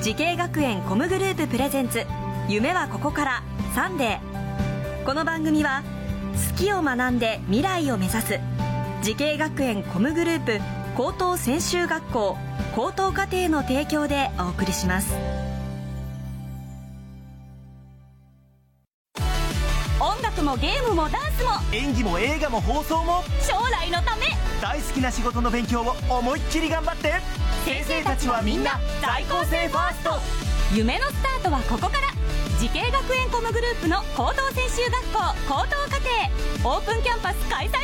時系学園コムグループプレゼンツ夢はここからサンデー。この番組は好きを学んで未来を目指す時系学園コムグループ高等専修学校高等課程の提供でお送りします。音楽もゲームもダンスも演技も映画も放送も将来のため、 大好きな仕事の勉強を思いっきり頑張って。 先生たちはみんな在校生ファースト。夢のスタートはここから。時系学園コムグループの高等専修学校高等課程オープンキャンパス開催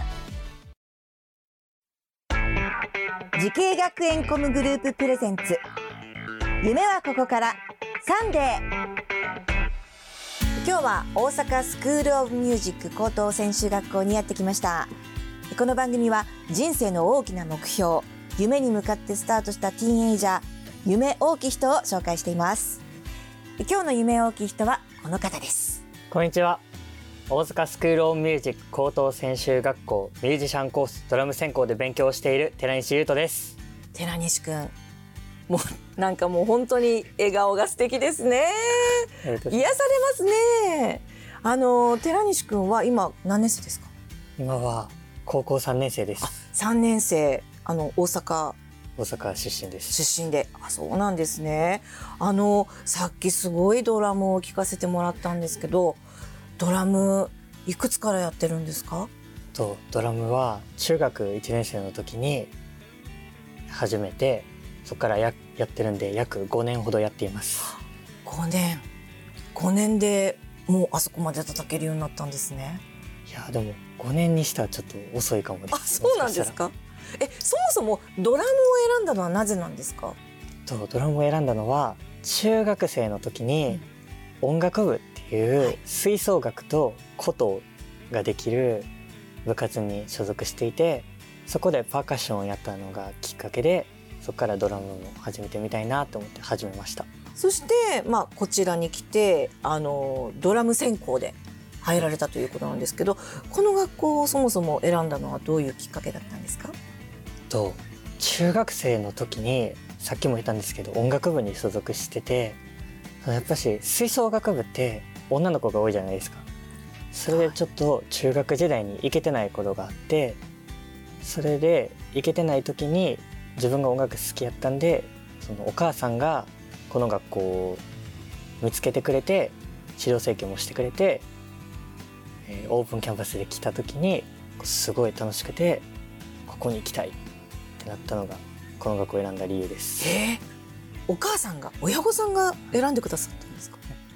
中。 時系学園コムグループプレゼンツ夢はここからサンデー。今日は大阪スクールオブミュージック高等専修学校にやってきました。この番組は人生の大きな目標、夢に向かってスタートしたティーンエイジャー、夢大きい人を紹介しています。今日の夢大きい人はこの方です。 こんにちは。大阪スクールオブミュージック高等専修学校ミュージシャンコースドラム専攻で勉強をしている寺西優斗です。 寺西くん、もうなんかもう本当に笑顔が素敵ですね。癒されますね。寺西くんは今何年生ですか？ 今は高校3年生です。 3年生。大阪出身です。 出身で。そうなんですね。さっきすごいドラムを聴かせてもらったんですけど、ドラムいくつからやってるんですか？ ドラムは中学1年生の時に始めて、そこからやってるんで約5年ほどやっています。 5年でもうあそこまで叩けるようになったんですね。 いやでも5年にしてはちょっと遅いかもです。 そうなんですか？そもそもドラムを選んだのはなぜなんですか？ ドラムを選んだのは中学生の時に音楽部っていう吹奏楽と琴ができる部活に所属していて、そこでパーカッションをやったのがきっかけで、そこからドラムも始めてみたいなと思って始めました。 そして、こちらに来てドラム専攻で入られたということなんですけど、この学校をそもそも選んだのはどういうきっかけだったんですか？ 中学生の時にさっきも言ったんですけど音楽部に所属してて、やっぱし吹奏楽部って女の子が多いじゃないですか。それでちょっと中学時代に行けてない頃があって、それで行けてない時に自分が音楽好きやったんで、そのお母さんがこの学校を見つけてくれて治療請求もしてくれて、オープンキャンパスで来た時にすごい楽しくて、ここに行きたいってなったのがこの学校を選んだ理由です。 お母さんが、親御さんが選んでくださったんですか？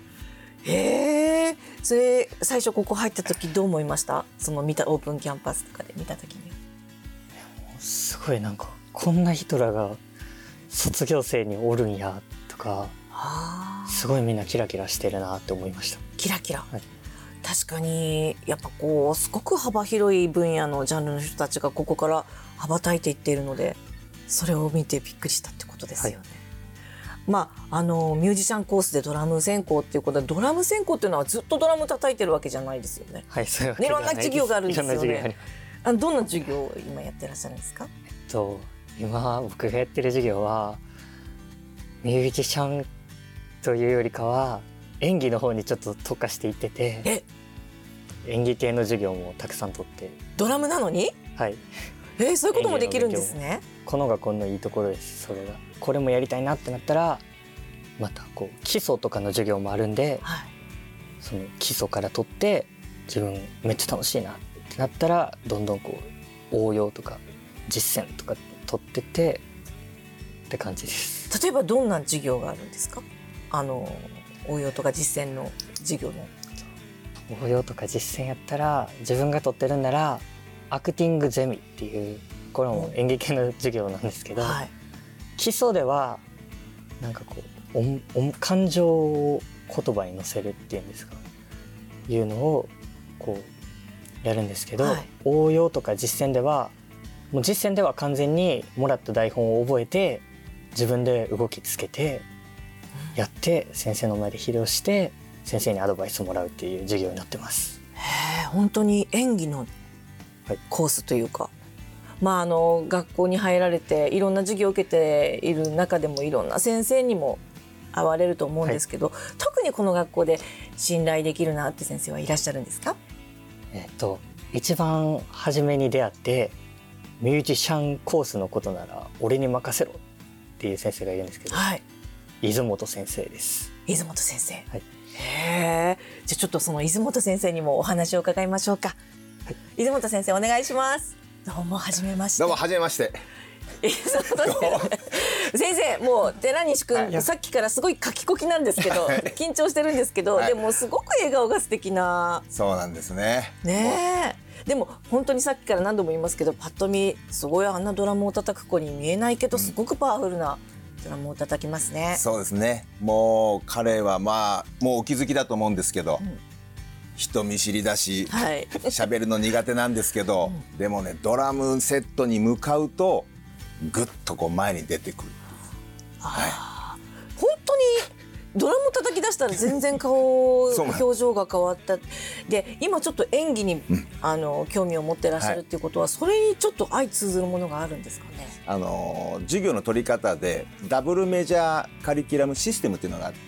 それ最初ここ入った時どう思いました？そのオープンキャンパスとかで見た時に。 すごいなんかこんな人らが卒業生におるんやとか、すごいみんなキラキラしてるなって思いました。 キラキラ、 はい、 確かにやっぱすごく幅広い分野のジャンルの人たちがここから羽ばたいていっているので、それを見てびっくりしたってことですよね。ミュージシャンコースでドラム専攻っていうことは、ドラム専攻っていうのはずっとドラム叩いてるわけじゃないですよね。 はい、そういうわけじゃないです。 いろんな授業があるんですよね。 いろんな授業があります。 どんな授業を今やってらっしゃるんですか？ 今僕がやってる授業はミュージシャンというよりかは演技の方にちょっと特化していってて、演技系の授業もたくさん取って。 ドラムなのに？はい。そういうこともできるんですね。 この学校のいいところです。それがこれもやりたいなってなったら、また基礎とかの授業もあるんで、その基礎から取って自分めっちゃ楽しいなってなったら、どんどん応用とか実践とか取ってってって感じです。 例えばどんな授業があるんですか？応用とか実践の授業の。 応用とか実践やったら、自分が取ってるんならアクティングゼミっていう、これも演劇系の授業なんですけど、基礎ではなんか感情を言葉に乗せるっていうんですか、いうのをやるんですけど、応用とか実践ではもう実践では完全にもらった台本を覚えて自分で動きつけてやって先生の前で披露して先生にアドバイスをもらうっていう授業になってます。 本当に演技のコースというか、 学校に入られていろんな授業を受けている中でもいろんな先生にも会われると思うんですけど、特にこの学校で信頼できるなって先生はいらっしゃるんですか？ 一番初めに出会ってミュージシャンコースのことなら俺に任せろっていう先生がいるんですけど、出本先生です。 出本先生、 はい、 へー。じゃあちょっとその出本先生にもお話を伺いましょうか。出本先生お願いします。どうもはじめまして。 どうもはじめまして。 先生、もう寺西くん、さっきからすごい書きこきなんですけど、緊張してるんですけど、でもすごく笑顔が素敵な。 そうなんですね。 ねえ。でも本当にさっきから何度も言いますけど、パッと見すごいあんなドラムを叩く子に見えないけど、すごくパワフルなドラムを叩きますね。 そうですね。もう彼はもうお気づきだと思うんですけど、人見知りだし、喋るの苦手なんですけど、でもね、ドラムセットに向かうとぐっとこう前に出てくる。 本当にドラム叩き出したら全然表情が変わった。で、今ちょっと演技に、興味を持ってらっしゃるっていうことは、それにちょっと相通ずるものがあるんですかね。 授業の取り方でダブルメジャーカリキュラムシステムっていうのがあって、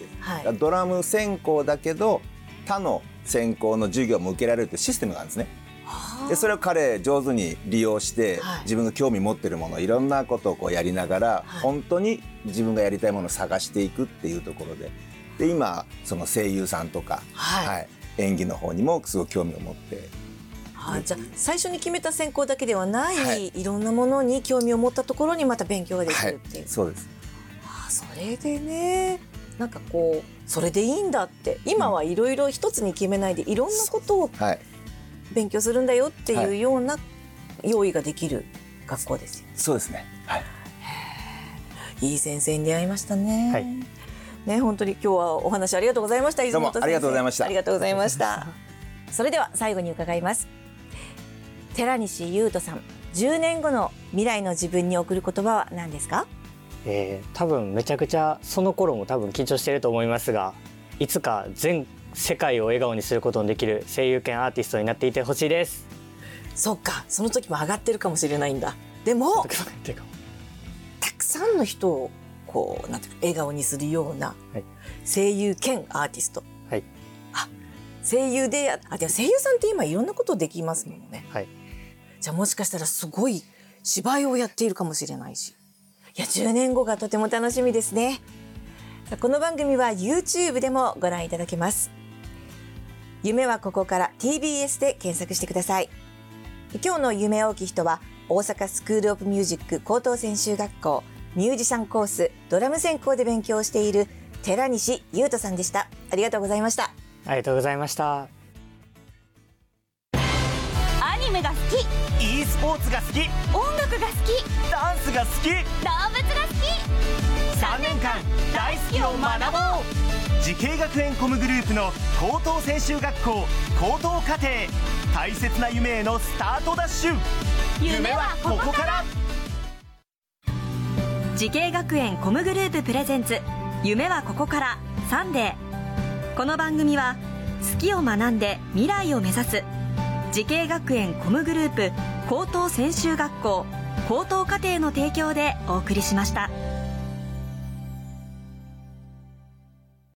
ドラム専攻だけど他の専攻の授業も受けられるというシステムがあるんですね。でそれを彼上手に利用して、自分が興味持ってるもの、いろんなことをこうやりながら、本当に自分がやりたいものを探していくっていうところで、今その声優さんとか、演技の方にもすごく興味を持って、 じゃあ最初に決めた専攻だけではない、いろんなものに興味を持ったところにまた勉強ができるっていう。 そうです。 それでね、なんかこうそれでいいんだって、今はいろいろ一つに決めないでいろんなことを勉強するんだよっていうような用意ができる学校ですよ。 そうですね。 いい先生に出会いましたね。ね、本当に今日はお話ありがとうございました。出本先生、 ありがとうございました。 ありがとうございました。それでは最後に伺います。寺西優斗さん、10年後の未来の自分に送る言葉は何ですか？ 多分めちゃくちゃその頃も多分緊張していると思いますが、いつか全世界を笑顔にすることのできる声優兼アーティストになっていてほしいです。 そっか、その時も上がってるかもしれないんだ。でもたくさんの人をこうなんていうか笑顔にするような声優兼アーティスト、声優でも声優さんって今いろんなことできますもんね。じゃあもしかしたらすごい芝居をやっているかもしれないし、いや10年後がとても楽しみですね。この番組は YouTube でもご覧いただけます。夢はここから TBS で検索してください。今日の夢大きい人は大阪スクールオブミュージック高等専修学校ミュージシャンコースドラム専攻で勉強している寺西優斗さんでした。ありがとうございました。 ありがとうございました。 アニメが好き、 e スポーツが好き、 音楽が好き、 ダンスが好き、 動物が好き、 3年間大好きを学ぼう。慈恵学園コムグループの高等専修学校高等課程、大切な夢へのスタートダッシュ。夢はここから。 慈恵学園コムグループプレゼンツ、夢はここからサンデー。この番組は好きを学んで未来を目指す慈恵学園コムグループ高等専修学校高等課程の提供でお送りしました。